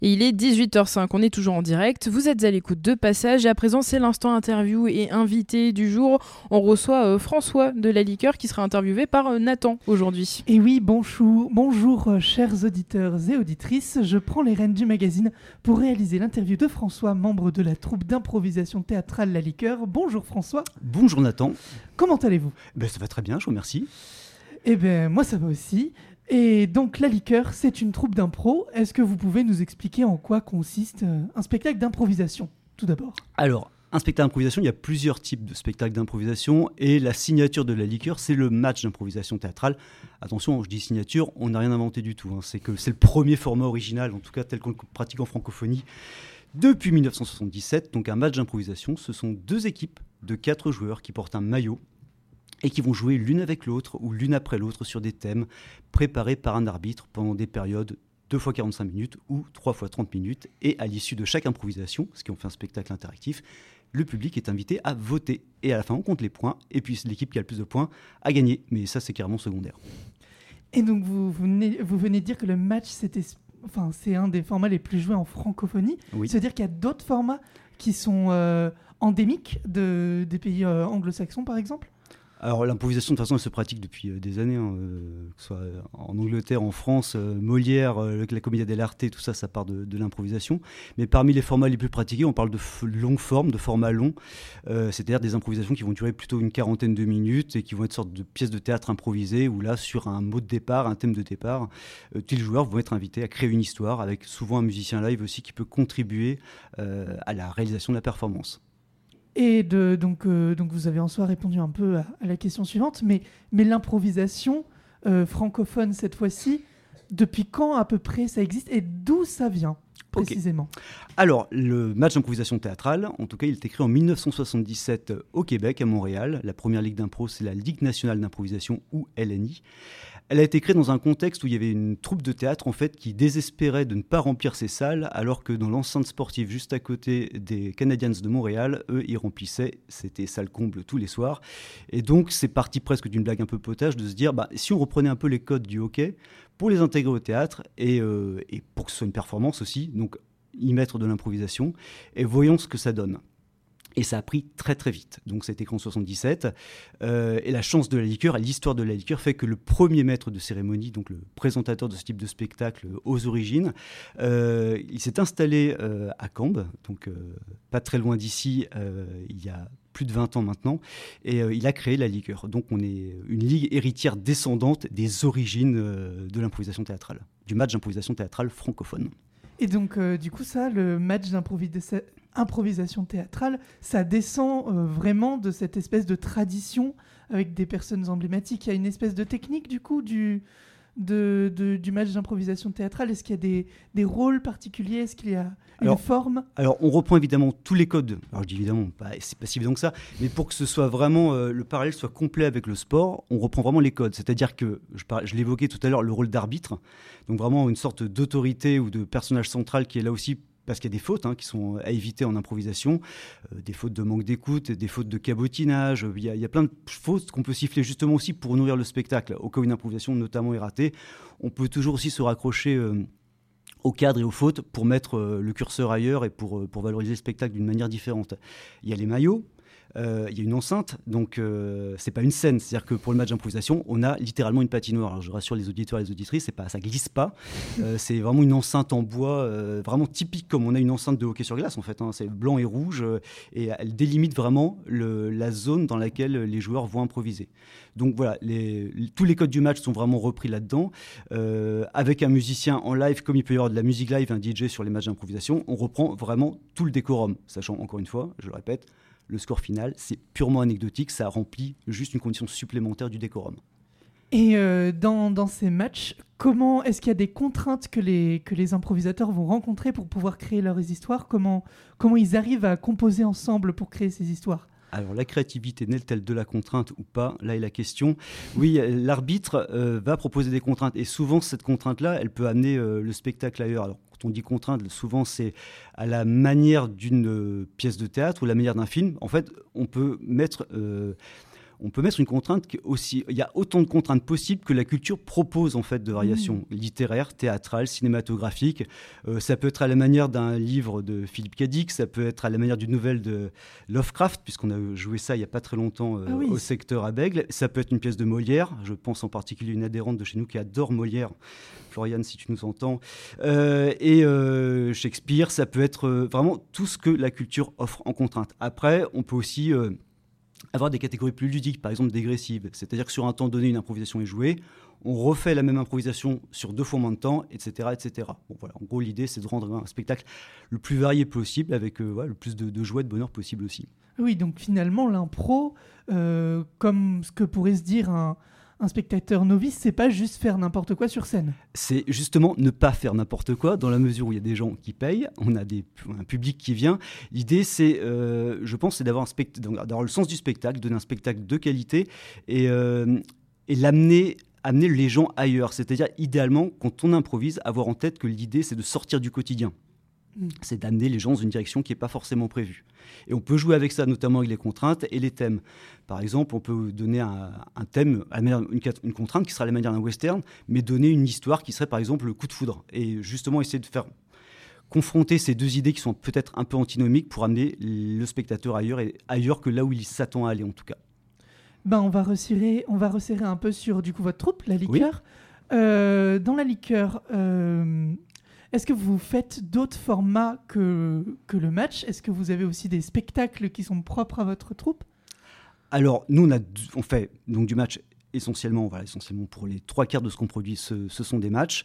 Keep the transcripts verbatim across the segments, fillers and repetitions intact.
Et il est dix-huit heures cinq, on est toujours en direct, vous êtes à l'écoute de Passage et à présent c'est l'instant interview et invité du jour. On reçoit euh, François de La Liqueur qui sera interviewé par euh, Nathan aujourd'hui. Et oui, bonjour, bonjour euh, chers auditeurs et auditrices, je prends les rênes du magazine pour réaliser l'interview de François, membre de la troupe d'improvisation théâtrale La Liqueur. Bonjour François. Bonjour Nathan. Comment allez-vous ? Ben, ça va très bien, je vous remercie. Eh bien moi ça va aussi. Et donc La Liqueur, c'est une troupe d'impro. Est-ce que vous pouvez nous expliquer en quoi consiste euh, un spectacle d'improvisation, tout d'abord ? Alors, un spectacle d'improvisation, il y a plusieurs types de spectacles d'improvisation et la signature de La Liqueur, c'est le match d'improvisation théâtrale. Attention, je dis signature, on n'a rien inventé du tout. Hein. C'est que c'est le premier format original, en tout cas tel qu'on le pratique en francophonie depuis dix-neuf cent soixante-dix-sept. Donc un match d'improvisation, ce sont deux équipes de quatre joueurs qui portent un maillot et qui vont jouer l'une avec l'autre ou l'une après l'autre sur des thèmes préparés par un arbitre pendant des périodes deux fois quarante-cinq minutes ou trois fois trente minutes. Et à l'issue de chaque improvisation, ce qui en fait un spectacle interactif, le public est invité à voter. Et à la fin, on compte les points, et puis c'est l'équipe qui a le plus de points à gagner. Mais ça, c'est carrément secondaire. Et donc vous, vous, venez, vous venez de dire que le match, c'était, enfin, c'est un des formats les plus joués en francophonie. Oui. C'est-à-dire qu'il y a d'autres formats qui sont euh, endémiques de, des pays euh, anglo-saxons, par exemple ? Alors l'improvisation de toute façon elle se pratique depuis euh, des années, hein, euh, que ce soit en Angleterre, en France, euh, Molière, euh, la Commedia dell'arte, tout ça, ça part de, de l'improvisation. Mais parmi les formats les plus pratiqués, on parle de f- longue forme, de format long, euh, c'est-à-dire des improvisations qui vont durer plutôt une quarantaine de minutes et qui vont être sorte de pièces de théâtre improvisées où là sur un mot de départ, un thème de départ, euh, tous les joueurs vont être invités à créer une histoire avec souvent un musicien live aussi qui peut contribuer euh, à la réalisation de la performance. Et de, donc, euh, donc vous avez en soi répondu un peu à, à la question suivante, mais, mais l'improvisation euh, francophone cette fois-ci, depuis quand à peu près ça existe et d'où ça vient précisément ? Okay. Alors, le match d'improvisation théâtrale, en tout cas, il est écrit en dix-neuf cent soixante-dix-sept au Québec, à Montréal. La première ligue d'impro, c'est la Ligue nationale d'improvisation, ou L N I. Elle a été créée dans un contexte où il y avait une troupe de théâtre en fait, qui désespérait de ne pas remplir ses salles, alors que dans l'enceinte sportive juste à côté des Canadiens de Montréal, eux, ils remplissaient, c'était salle comble tous les soirs. Et donc, c'est parti presque d'une blague un peu potage de se dire, bah, si on reprenait un peu les codes du hockey pour les intégrer au théâtre et, euh, et pour que ce soit une performance aussi, donc y mettre de l'improvisation, et voyons ce que ça donne. Et ça a pris très très vite. Donc ça a été créé en soixante-dix-sept. Euh, et la chance de La Liqueur, l'histoire de La Liqueur fait que le premier maître de cérémonie, donc le présentateur de ce type de spectacle aux origines, euh, il s'est installé euh, à Cambes, donc euh, pas très loin d'ici, euh, il y a plus de vingt ans maintenant, et euh, il a créé La Liqueur. Donc on est une ligue héritière descendante des origines euh, de l'improvisation théâtrale, du match d'improvisation théâtrale francophone. Et donc, euh, du coup, ça, le match d'improvisation théâtrale, ça descend euh, vraiment de cette espèce de tradition avec des personnes emblématiques. Il y a une espèce de technique, du coup, du, de, de, du match d'improvisation théâtrale. Est-ce qu'il y a des, des rôles particuliers ? Est-ce qu'il y a une alors, forme ? Alors, on reprend évidemment tous les codes. Alors, je dis évidemment, pas, c'est pas si évident que ça, mais pour que ce soit vraiment, euh, le parallèle soit complet avec le sport, on reprend vraiment les codes. C'est-à-dire que, je, par, je l'évoquais tout à l'heure, le rôle d'arbitre, donc vraiment une sorte d'autorité ou de personnage central qui est là aussi parce qu'il y a des fautes hein, qui sont à éviter en improvisation, euh, des fautes de manque d'écoute, des fautes de cabotinage, il y a, il y a plein de fautes qu'on peut siffler justement aussi pour nourrir le spectacle. Au cas où une improvisation notamment est ratée, on peut toujours aussi se raccrocher euh, au cadre et aux fautes pour mettre euh, le curseur ailleurs et pour, euh, pour valoriser le spectacle d'une manière différente. Il y a les maillots. Euh, il y a une enceinte, donc euh, c'est pas une scène, c'est-à-dire que pour le match d'improvisation, on a littéralement une patinoire. Alors je rassure les auditeurs et les auditrices, c'est pas, ça glisse pas, euh, c'est vraiment une enceinte en bois, euh, vraiment typique comme on a une enceinte de hockey sur glace en fait, hein, c'est blanc et rouge, euh, et elle délimite vraiment le, la zone dans laquelle les joueurs vont improviser. Donc voilà, les, tous les codes du match sont vraiment repris là-dedans, euh, avec un musicien en live, comme il peut y avoir de la musique live, un D J sur les matchs d'improvisation, on reprend vraiment tout le décorum, sachant encore une fois, je le répète, le score final, c'est purement anecdotique, ça remplit juste une condition supplémentaire du décorum. Et euh, dans, dans ces matchs, comment est-ce qu'il y a des contraintes que les, que les improvisateurs vont rencontrer pour pouvoir créer leurs histoires ? Comment, comment ils arrivent à composer ensemble pour créer ces histoires ? Alors la créativité naît-elle de la contrainte ou pas ? Là est la question. Oui, l'arbitre euh, va proposer des contraintes et souvent cette contrainte-là, elle peut amener euh, le spectacle ailleurs. Alors quand on dit contrainte, souvent c'est à la manière d'une euh, pièce de théâtre ou la manière d'un film. En fait, on peut mettre... Euh, on peut mettre une contrainte qui est aussi, il y a autant de contraintes possibles que la culture propose en fait de variations mmh. littéraires, théâtrales, cinématographiques. Euh, ça peut être à la manière d'un livre de Philippe K. Dick, ça peut être à la manière d'une nouvelle de Lovecraft, puisqu'on a joué ça il n'y a pas très longtemps euh, ah oui. au secteur à Bègle. Ça peut être une pièce de Molière. Je pense en particulier à une adhérente de chez nous qui adore Molière. Floriane, si tu nous entends. Euh, et euh, Shakespeare, ça peut être euh, vraiment tout ce que la culture offre en contrainte. Après, on peut aussi euh, avoir des catégories plus ludiques, par exemple dégressives. C'est-à-dire que sur un temps donné, une improvisation est jouée, on refait la même improvisation sur deux fois moins de temps, et cetera et cetera. Bon, voilà. En gros, l'idée, c'est de rendre un spectacle le plus varié possible, avec euh, ouais, le plus de, de joie et de bonheur possible aussi. Oui, donc finalement, l'impro, euh, comme ce que pourrait se dire un... Un spectateur novice, c'est pas juste faire n'importe quoi sur scène. C'est justement ne pas faire n'importe quoi, dans la mesure où il y a des gens qui payent, on a des, un public qui vient. L'idée, c'est, euh, je pense, c'est d'avoir, un spect- d'avoir le sens du spectacle, donner un spectacle de qualité et, euh, et l'amener, amener les gens ailleurs. C'est-à-dire, idéalement, quand on improvise, avoir en tête que l'idée, c'est de sortir du quotidien. C'est d'amener les gens dans une direction qui n'est pas forcément prévue. Et on peut jouer avec ça, notamment avec les contraintes et les thèmes. Par exemple, on peut donner un, un thème, une, une contrainte qui sera à la manière d'un western, mais donner une histoire qui serait par exemple le coup de foudre. Et justement essayer de faire confronter ces deux idées qui sont peut-être un peu antinomiques pour amener le spectateur ailleurs, et ailleurs que là où il s'attend à aller en tout cas. Ben, on va resserrer, on va resserrer un peu sur du coup, votre troupe, la liqueur. Oui. Euh, dans la liqueur... Euh... Est-ce que vous faites d'autres formats que, que le match ? Est-ce que vous avez aussi des spectacles qui sont propres à votre troupe ? Alors, nous, on, a, on fait donc, du match essentiellement, voilà, essentiellement pour les trois quarts de ce qu'on produit, ce, ce sont des matchs.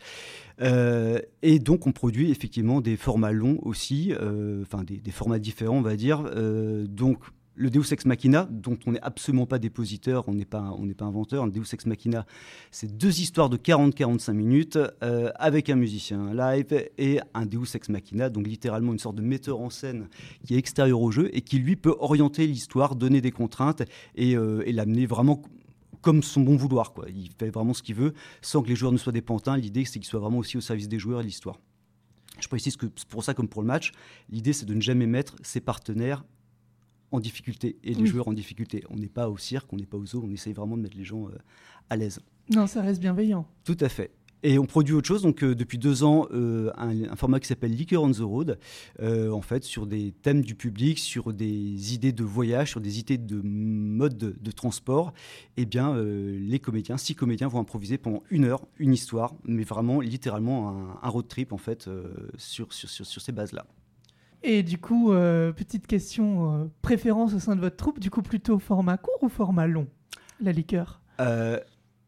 Euh, et donc, on produit effectivement des formats longs aussi, euh, enfin des, des formats différents, on va dire. Euh, donc, le Deus Ex Machina, dont on n'est absolument pas dépositeur, on n'est pas, on n'est pas inventeur. Le Deus Ex Machina, c'est deux histoires de quarante à quarante-cinq minutes euh, avec un musicien live et un Deus Ex Machina, donc littéralement une sorte de metteur en scène qui est extérieur au jeu et qui, lui, peut orienter l'histoire, donner des contraintes et, euh, et l'amener vraiment comme son bon vouloir, quoi. Il fait vraiment ce qu'il veut sans que les joueurs ne soient des pantins. L'idée, c'est qu'il soit vraiment aussi au service des joueurs et de l'histoire. Je précise que c'est pour ça, comme pour le match, l'idée, c'est de ne jamais mettre ses partenaires en difficulté et les oui. joueurs en difficulté. On n'est pas au cirque, on n'est pas au zoo, on essaye vraiment de mettre les gens euh, à l'aise. Non, ça reste bienveillant. Tout à fait. Et on produit autre chose, donc euh, depuis deux ans, euh, un, un format qui s'appelle Liquor on the Road, euh, en fait, sur des thèmes du public, sur des idées de voyage, sur des idées de mode de, de transport. Eh bien, euh, les comédiens, six comédiens vont improviser pendant une heure, une histoire, mais vraiment, littéralement, un, un road trip, en fait, euh, sur, sur, sur, sur ces bases-là. Et du coup, euh, petite question, euh, préférence au sein de votre troupe, du coup plutôt format court ou format long, la liqueur euh,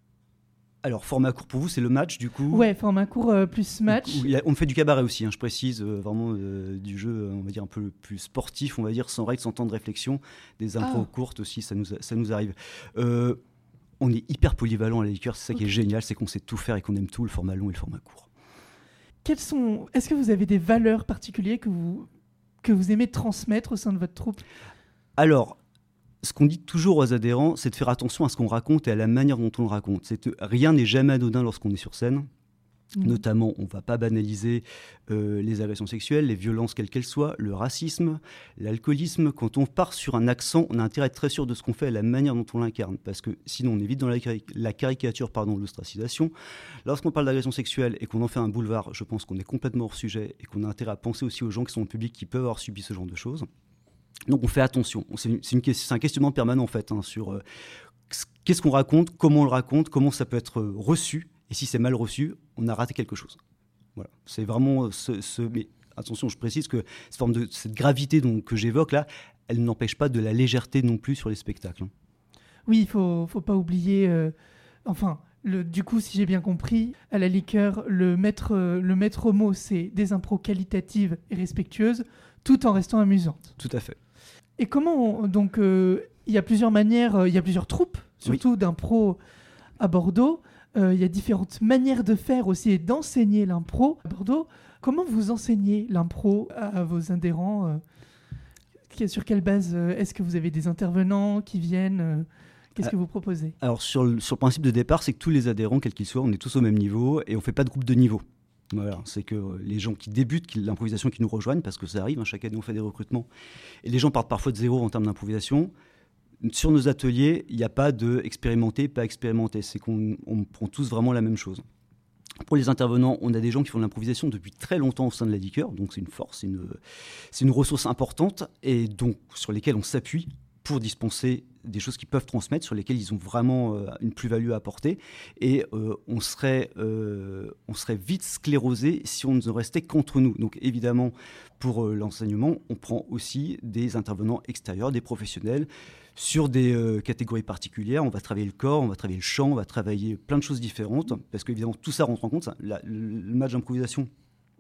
Alors, format court pour vous, c'est le match, du coup ? Ouais, format court euh, plus match. Où, où a, on fait du cabaret aussi, hein, je précise, euh, vraiment euh, du jeu, on va dire, un peu plus sportif, on va dire, sans règles, sans temps de réflexion. Des impros ah. courtes aussi, ça nous, ça nous arrive. Euh, on est hyper polyvalent à la liqueur, c'est ça okay. qui est génial, c'est qu'on sait tout faire et qu'on aime tout, le format long et le format court. Quels sont... Est-ce que vous avez des valeurs particulières que vous... que vous aimez transmettre au sein de votre troupe ? Alors, ce qu'on dit toujours aux adhérents, c'est de faire attention à ce qu'on raconte et à la manière dont on le raconte. C'est que rien n'est jamais anodin lorsqu'on est sur scène. Mmh. Notamment, on ne va pas banaliser euh, les agressions sexuelles, les violences quelles qu'elles soient, le racisme, l'alcoolisme. Quand on part sur un accent, on a intérêt à être très sûr de ce qu'on fait et la manière dont on l'incarne. Parce que sinon, on est vite dans la, cari- la caricature, pardon, l'ostracisation. Lorsqu'on parle d'agression sexuelle et qu'on en fait un boulevard, je pense qu'on est complètement hors sujet et qu'on a intérêt à penser aussi aux gens qui sont au public qui peuvent avoir subi ce genre de choses. Donc, on fait attention. C'est, une, c'est, une, c'est un questionnement permanent, en fait, hein, sur euh, qu'est-ce qu'on raconte, comment on le raconte, comment ça peut être reçu. Et si c'est mal reçu, on a raté quelque chose. Voilà. C'est vraiment ce, ce... Mais attention, je précise que cette forme de cette gravité donc, que j'évoque là, elle n'empêche pas de la légèreté non plus sur les spectacles. Oui, il faut, faut pas oublier... Euh, enfin, le, du coup, si j'ai bien compris, à la liqueur, le maître, le maître mot, c'est des impros qualitatives et respectueuses, tout en restant amusantes. Tout à fait. Et comment... On, donc, il euh, y a plusieurs manières, il y a plusieurs troupes, surtout oui. d'impro à Bordeaux. Il euh, y a différentes manières de faire aussi et d'enseigner l'impro à Bordeaux. Comment vous enseignez l'impro à vos adhérents ? euh, Sur quelle base euh, est-ce que vous avez des intervenants qui viennent euh, Qu'est-ce que vous proposez ? Alors, sur le, sur le principe de départ, c'est que tous les adhérents, quels qu'ils soient, on est tous au même niveau et on ne fait pas de groupe de niveau. Voilà, c'est que les gens qui débutent, qui, l'improvisation, qui nous rejoignent, parce que ça arrive, hein, chaque année on fait des recrutements, et les gens partent parfois de zéro en termes d'improvisation. sur nos ateliers, il n'y a pas de expérimenté, pas expérimenté. C'est qu'on on prend tous vraiment la même chose. Pour les intervenants, on a des gens qui font de l'improvisation depuis très longtemps au sein de la liqueur, donc c'est une force, c'est une, c'est une ressource importante et donc sur lesquelles on s'appuie pour dispenser des choses qu'ils peuvent transmettre, sur lesquelles ils ont vraiment euh, une plus-value à apporter. Et euh, on, serait, euh, on serait vite sclérosé si on ne restait qu'entre nous. Donc évidemment, pour euh, l'enseignement, on prend aussi des intervenants extérieurs, des professionnels, sur des euh, catégories particulières. On va travailler le corps, on va travailler le chant, on va travailler plein de choses différentes, parce qu'évidemment, tout ça rentre en compte. Ça, la, le, le match d'improvisation,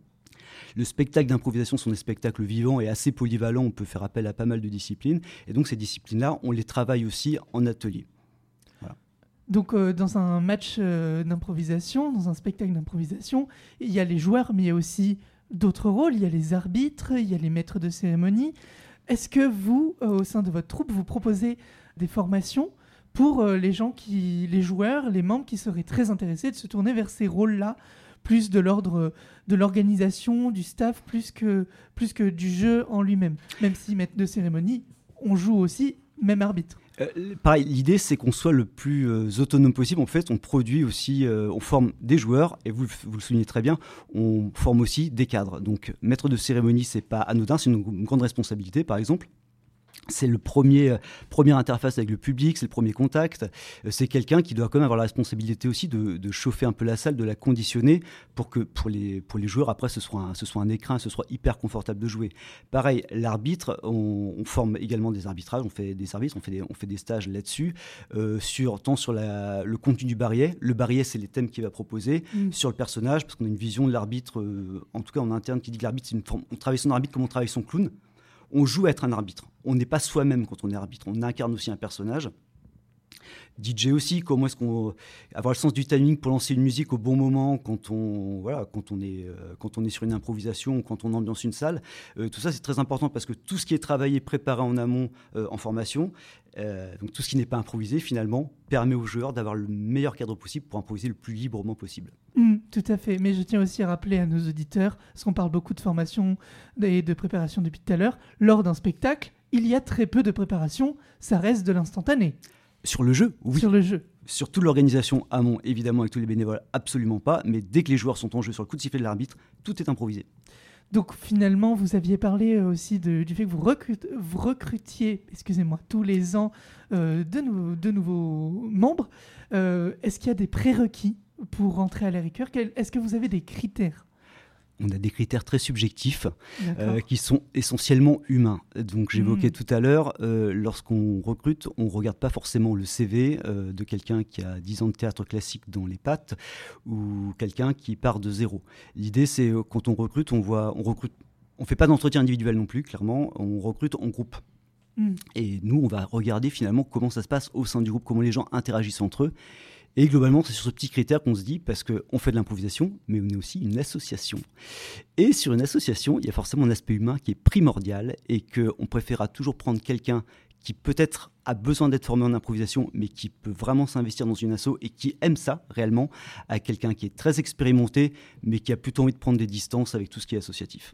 le spectacle d'improvisation sont des spectacles vivants et assez polyvalents. On peut faire appel à pas mal de disciplines. Et donc, ces disciplines-là, on les travaille aussi en atelier. Voilà. Donc, euh, dans un match euh, d'improvisation, dans un spectacle d'improvisation, il y a les joueurs, mais il y a aussi d'autres rôles. Il y a les arbitres, il y a les maîtres de cérémonie. Est-ce que vous, euh, au sein de votre troupe, vous proposez des formations pour euh, les gens qui, les joueurs, les membres qui seraient très intéressés de se tourner vers ces rôles-là, plus de l'ordre de l'organisation, du staff, plus que, plus que du jeu en lui-même. Même si maître de cérémonie, on joue aussi même arbitre. Euh, pareil, l'idée c'est qu'on soit le plus euh, autonome possible. En fait, on produit aussi, euh, on forme des joueurs et vous, vous le soulignez très bien, on forme aussi des cadres. Donc, maître de cérémonie, c'est pas anodin, c'est une, une grande responsabilité, par exemple. C'est le premier, euh, première interface avec le public, c'est le premier contact. Euh, c'est quelqu'un qui doit quand même avoir la responsabilité aussi de, de chauffer un peu la salle, de la conditionner pour que pour les, pour les joueurs, après, ce soit, un, ce soit un écrin, ce soit hyper confortable de jouer. Pareil, l'arbitre, on, on forme également des arbitrages, on fait des services, on fait des, on fait des stages là-dessus, euh, sur, tant sur la, le contenu du barillet. Le barillet, c'est les thèmes qu'il va proposer, mmh. sur le personnage, parce qu'on a une vision de l'arbitre, euh, en tout cas en interne, qui dit que l'arbitre, c'est une forme, on travaille son arbitre comme on travaille son clown. On joue à être un arbitre. On n'est pas soi-même quand on est arbitre. On incarne aussi un personnage. D J aussi, comment est-ce qu'on avoir le sens du timing pour lancer une musique au bon moment quand on voilà quand on est euh, quand on est sur une improvisation ou quand on ambiance une salle. Euh, tout ça c'est très important parce que tout ce qui est travaillé, préparé en amont euh, en formation, euh, donc tout ce qui n'est pas improvisé finalement permet aux joueurs d'avoir le meilleur cadre possible pour improviser le plus librement possible. Mmh, tout à fait. Mais je tiens aussi à rappeler à nos auditeurs, parce qu'on parle beaucoup de formation et de préparation depuis tout à l'heure, lors d'un spectacle, il y a très peu de préparation. Ça reste de l'instantané. Sur le jeu, oui. Sur le jeu. Sur toute l'organisation amont, évidemment, avec tous les bénévoles, absolument pas. Mais dès que les joueurs sont en jeu sur le coup de sifflet de l'arbitre, tout est improvisé. Donc finalement, vous aviez parlé aussi de, du fait que vous, recrut, vous recrutiez, excusez-moi, tous les ans euh, de, nou- de nouveaux membres. Euh, est-ce qu'il y a des prérequis pour rentrer à la liqueur ? Est-ce que vous avez des critères ? On a des critères très subjectifs euh, qui sont essentiellement humains. Donc j'évoquais mmh. tout à l'heure, euh, lorsqu'on recrute, on ne regarde pas forcément le C V euh, de quelqu'un qui a dix ans de théâtre classique dans les pattes ou quelqu'un qui part de zéro. L'idée, c'est euh, quand on recrute, on voit, on recrute, on fait pas d'entretien individuel non plus, clairement, on recrute en groupe. Mmh. Et nous, on va regarder finalement comment ça se passe au sein du groupe, comment les gens interagissent entre eux. Et globalement, c'est sur ce petit critère qu'on se dit, parce qu'on fait de l'improvisation, mais on est aussi une association. Et sur une association, il y a forcément un aspect humain qui est primordial et qu'on préférera toujours prendre quelqu'un qui peut-être a besoin d'être formé en improvisation, mais qui peut vraiment s'investir dans une asso et qui aime ça réellement, à quelqu'un qui est très expérimenté, mais qui a plutôt envie de prendre des distances avec tout ce qui est associatif.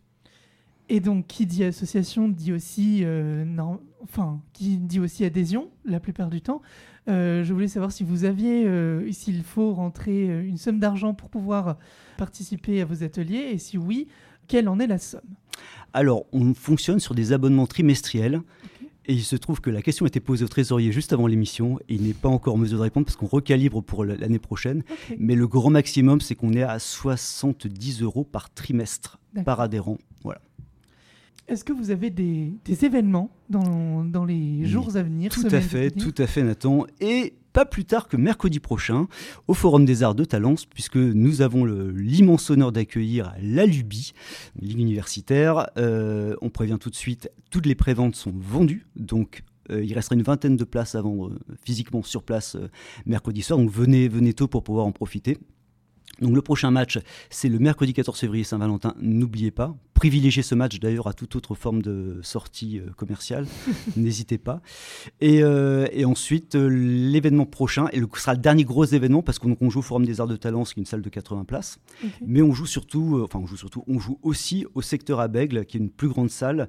Et donc, qui dit association dit aussi, euh, non, enfin, qui dit aussi adhésion, la plupart du temps. Euh, je voulais savoir si vous aviez, euh, s'il faut rentrer une somme d'argent pour pouvoir participer à vos ateliers, et si oui, quelle en est la somme ? Alors, on fonctionne sur des abonnements trimestriels. Okay. Et il se trouve que la question a été posée au trésorier juste avant l'émission et il n'est pas encore en mesure de répondre parce qu'on recalibre pour l'année prochaine. Okay. Mais le grand maximum, c'est qu'on est à soixante-dix euros par trimestre, D'accord. par adhérent. Voilà. Est-ce que vous avez des, des événements dans, dans les jours oui, à venir ? Tout à fait, tout à fait Nathan. Et pas plus tard que mercredi prochain, au Forum des Arts de Talence, puisque nous avons le, l'immense honneur d'accueillir la Lubie, Ligue universitaire. Euh, on prévient tout de suite, toutes les préventes sont vendues, donc euh, il restera une vingtaine de places à vendre euh, physiquement sur place euh, mercredi soir. Donc venez, venez tôt pour pouvoir en profiter. Donc le prochain match, c'est le mercredi quatorze février, Saint-Valentin, n'oubliez pas. Privilégiez ce match d'ailleurs à toute autre forme de sortie euh, commerciale, n'hésitez pas. Et, euh, et ensuite, euh, l'événement prochain, et le, ce sera le dernier gros événement, parce qu'on on joue au Forum des Arts de Talence, qui est une salle de quatre-vingts places. Okay. Mais on joue surtout, euh, enfin on joue surtout, on joue aussi au secteur à Bègle, qui est une plus grande salle,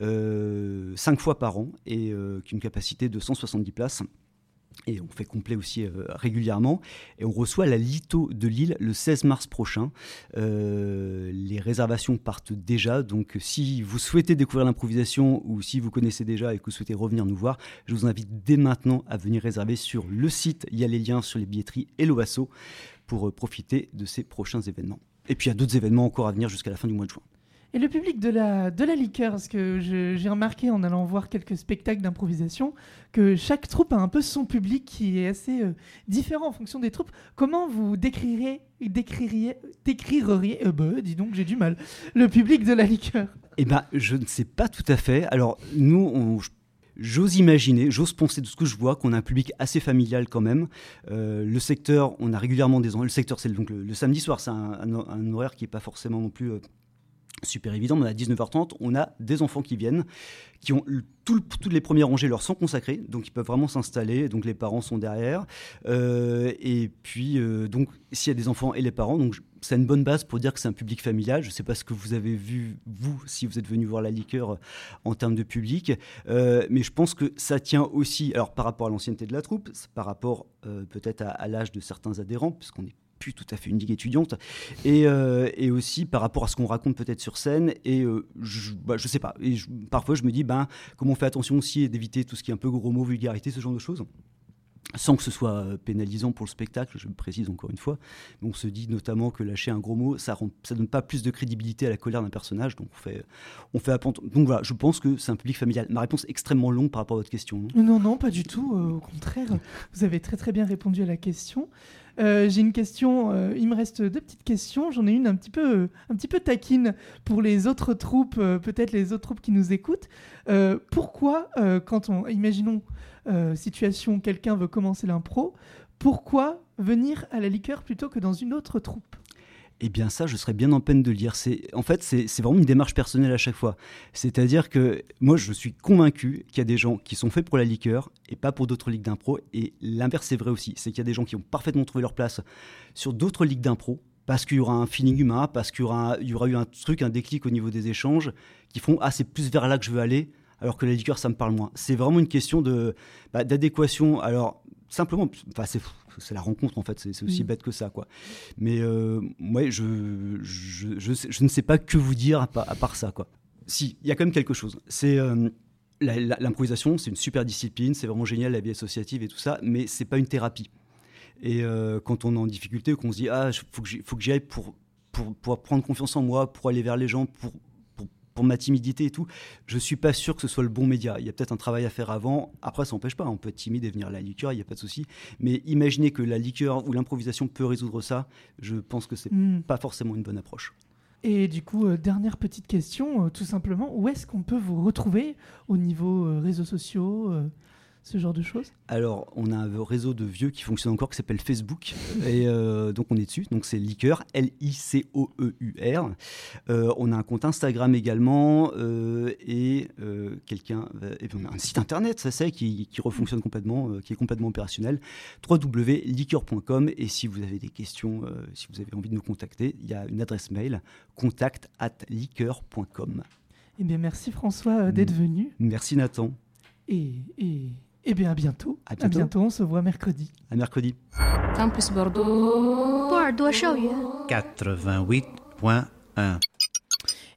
euh, cinq fois par an, et euh, qui a une capacité de cent soixante-dix places. Et on fait complet aussi euh, régulièrement. Et on reçoit la Litho de Lille le seize mars prochain. Euh, les réservations partent déjà. Donc si vous souhaitez découvrir l'improvisation ou si vous connaissez déjà et que vous souhaitez revenir nous voir, je vous invite dès maintenant à venir réserver sur le site. Il y a les liens sur les billetteries et l'Oasso pour euh, profiter de ces prochains événements. Et puis il y a d'autres événements encore à venir jusqu'à la fin du mois de juin. Et le public de la, de la liqueur, parce que je, j'ai remarqué en allant voir quelques spectacles d'improvisation que chaque troupe a un peu son public qui est assez euh, différent en fonction des troupes. Comment vous décririez, décririez, décririez, euh, bah, dis donc j'ai du mal, le public de la liqueur ? Eh bien, je ne sais pas tout à fait. Alors, nous, on... J'ose imaginer, j'ose penser de ce que je vois, qu'on a un public assez familial quand même. Euh, le secteur, on a régulièrement des... Le secteur, c'est donc le, le samedi soir, c'est un, un, un horaire qui n'est pas forcément non plus... Euh, super évident, mais à dix-neuf heures trente, on a des enfants qui viennent, qui ont tout le, toutes les premières rangées leur sont consacrées, donc ils peuvent vraiment s'installer, donc les parents sont derrière. Euh, et puis, euh, donc, s'il y a des enfants et les parents, donc c'est une bonne base pour dire que c'est un public familial. Je ne sais pas ce que vous avez vu, vous, si vous êtes venu voir la liqueur en termes de public, euh, mais je pense que ça tient aussi, alors par rapport à l'ancienneté de la troupe, par rapport euh, peut-être à, à l'âge de certains adhérents, puisqu'on est plus tout à fait une ligue étudiante, et, euh, et aussi par rapport à ce qu'on raconte peut-être sur scène, et euh, je, bah, je sais pas, et je, parfois je me dis, ben, comment on fait attention aussi d'éviter tout ce qui est un peu gros mots, vulgarité, ce genre de choses, sans que ce soit pénalisant pour le spectacle, je le précise encore une fois. Mais on se dit notamment que lâcher un gros mot, ça ne donne pas plus de crédibilité à la colère d'un personnage, donc on fait, on fait appent- donc voilà, je pense que c'est un public familial. Ma réponse est extrêmement longue par rapport à votre question. Non, non, non pas du tout, euh, au contraire, vous avez très très bien répondu à la question. Euh, j'ai une question, euh, il me reste deux petites questions, j'en ai une un petit peu, euh, un petit peu taquine pour les autres troupes, euh, peut-être les autres troupes qui nous écoutent. Euh, pourquoi, euh, quand on, imaginons, euh, situation, quelqu'un veut commencer l'impro, pourquoi venir à la liqueur plutôt que dans une autre troupe ? Eh bien ça, je serais bien en peine de le dire. C'est, en fait, c'est, c'est vraiment une démarche personnelle à chaque fois. C'est-à-dire que moi, je suis convaincu qu'il y a des gens qui sont faits pour la liqueur et pas pour d'autres ligues d'impro. Et l'inverse, c'est vrai aussi. C'est qu'il y a des gens qui ont parfaitement trouvé leur place sur d'autres ligues d'impro parce qu'il y aura un feeling humain, parce qu'il y aura, un, il y aura eu un truc, un déclic au niveau des échanges qui font « Ah, c'est plus vers là que je veux aller », alors que la liqueur, ça me parle moins. C'est vraiment une question de, bah, d'adéquation. Alors, simplement, enfin, c'est, c'est la rencontre, en fait. C'est, c'est aussi mmh. bête que ça, quoi. Mais euh, ouais, je, je, je, je ne sais pas que vous dire à, à part ça, quoi. Si, il y a quand même quelque chose. C'est... Euh, la, la, l'improvisation, c'est une super discipline, c'est vraiment génial, la vie associative et tout ça, mais c'est pas une thérapie. Et euh, quand on est en difficulté, qu'on se dit « Ah, il faut que j'y, faut que j'y aille pour, pour, pour prendre confiance en moi, pour aller vers les gens, pour... » pour ma timidité et tout, je ne suis pas sûr que ce soit le bon média. Il y a peut-être un travail à faire avant. Après, ça n'empêche pas. On peut être timide et venir à la liqueur, il n'y a pas de souci. Mais imaginez que la liqueur ou l'improvisation peut résoudre ça. Je pense que ce n'est mmh. pas forcément une bonne approche. Et du coup, euh, dernière petite question, euh, tout simplement, où est-ce qu'on peut vous retrouver au niveau euh, réseaux sociaux euh, ce genre de choses ? Alors, on a un réseau de vieux qui fonctionne encore, qui s'appelle Facebook. Et euh, donc, on est dessus. Donc, c'est Liqueur, L I C O E U R. Euh, on a un compte Instagram également. Euh, et euh, quelqu'un... Et puis on a un site internet, ça c'est, qui, qui refonctionne complètement, euh, qui est complètement opérationnel. w w w point liqueur point com. Et si vous avez des questions, euh, si vous avez envie de nous contacter, il y a une adresse mail, contact at liqueur point com. Eh bien, merci François euh, d'être venu. Merci Nathan. Et... et... Eh bien, à bientôt. À bientôt. À bientôt, on se voit mercredi. À mercredi. Campus Bordeaux. Bordeaux quatre-vingt-huit point un.